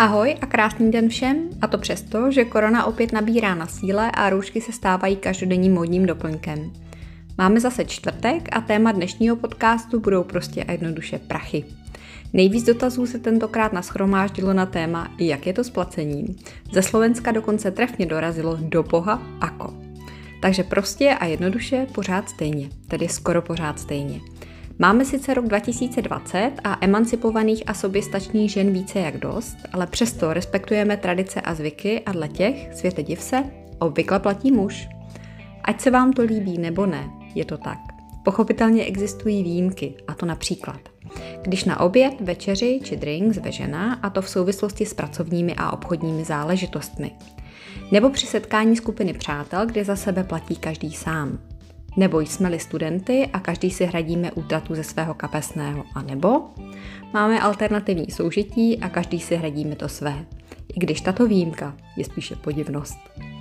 Ahoj a krásný den všem, a to přesto, že korona opět nabírá na síle a roušky se stávají každodenním módním doplňkem. Máme zase čtvrtek a téma dnešního podcastu budou prostě a jednoduše prachy. Nejvíc dotazů se tentokrát nashromáždilo na téma, jak je to s placením. Ze Slovenska dokonce trefně dorazilo do boha ako. Takže prostě a jednoduše pořád stejně, tedy skoro pořád stejně. Máme sice rok 2020 a emancipovaných a soběstačných žen více jak dost, ale přesto respektujeme tradice a zvyky a dle těch, světe div se, obvykle platí muž. Ať se vám to líbí nebo ne, je to tak. Pochopitelně existují výjimky, a to například, když na oběd, večeři či drink zve žena, a to v souvislosti s pracovními a obchodními záležitostmi. Nebo při setkání skupiny přátel, kde za sebe platí každý sám. Nebo jsme-li studenty a každý si hradíme útratu ze svého kapesného. A nebo máme alternativní soužití a každý si hradíme to své. I když tato výjimka je spíše podivnost.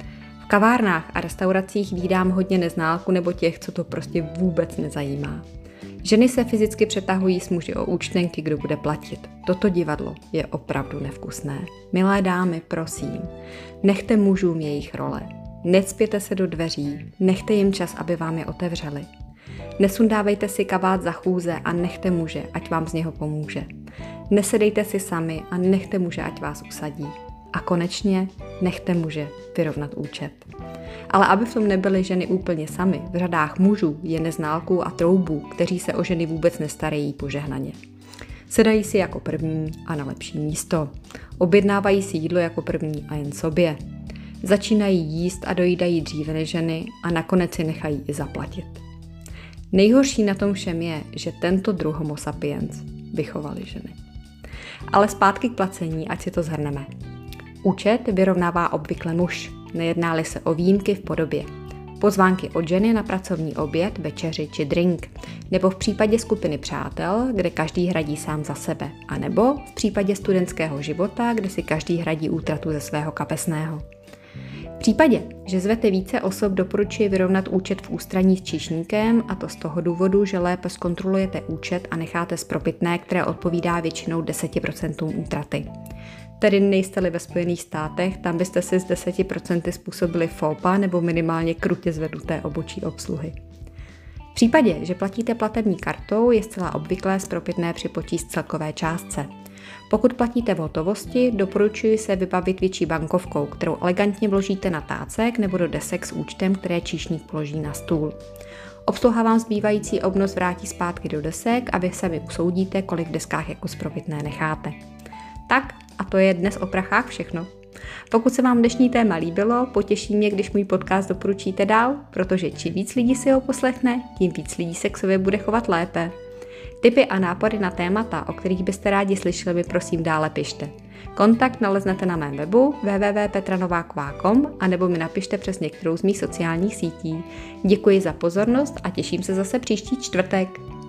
V kavárnách a restauracích vídám hodně neználku nebo těch, co to prostě vůbec nezajímá. Ženy se fyzicky přetahují s muži o účtenky, kdo bude platit. Toto divadlo je opravdu nevkusné. Milé dámy, prosím, nechte mužům jejich role. Necpěte se do dveří, nechte jim čas, aby vám je otevřeli. Nesundávejte si kabát za chůze a nechte muže, ať vám z něho pomůže. Nesedejte si sami a nechte muže, ať vás usadí. A konečně nechte muže vyrovnat účet. Ale aby v tom nebyly ženy úplně samy, v řadách mužů je neználků a troubů, kteří se o ženy vůbec nestarají požehnaně. Sedají si jako první a na lepší místo. Objednávají si jídlo jako první a jen sobě. Začínají jíst a dojídají dříve než ženy a nakonec si nechají i zaplatit. Nejhorší na tom všem je, že tento druh homo sapiens vychovali ženy. Ale zpátky k placení, ať si to shrneme. Účet vyrovnává obvykle muž, nejedná-li se o výjimky v podobě pozvánky od ženy na pracovní oběd, večeři či drink, nebo v případě skupiny přátel, kde každý hradí sám za sebe, anebo v případě studentského života, kde si každý hradí útratu ze svého kapesného. V případě, že zvete více osob, doporučuji vyrovnat účet v ústraní s číšníkem, a to z toho důvodu, že lépe zkontrolujete účet a necháte spropitné, které odpovídá většinou 10% útraty. Tedy nejste-li ve Spojených státech, tam byste si z 10% způsobili fópa nebo minimálně krutě zvednuté obočí obsluhy. V případě, že platíte platební kartou, je zcela obvyklé spropitné připočíst celkové částce. Pokud platíte v hotovosti, doporučuji se vybavit větší bankovkou, kterou elegantně vložíte na tácek nebo do desek s účtem, které číšník položí na stůl. Obsluha vám zbývající obnos vrátí zpátky do desek a vy sami usoudíte, kolik v deskách jako spropitné necháte. Tak a to je dnes o prachách všechno. Pokud se vám dnešní téma líbilo, potěší mě, když můj podcast doporučíte dál, protože čím víc lidí si ho poslechne, tím víc lidí se k sobě bude chovat lépe. Tipy a nápady na témata, o kterých byste rádi slyšeli, mi prosím dále pište. Kontakt naleznete na mém webu www.petranováková.com a nebo mi napište přes některou z mých sociálních sítí. Děkuji za pozornost a těším se zase příští čtvrtek.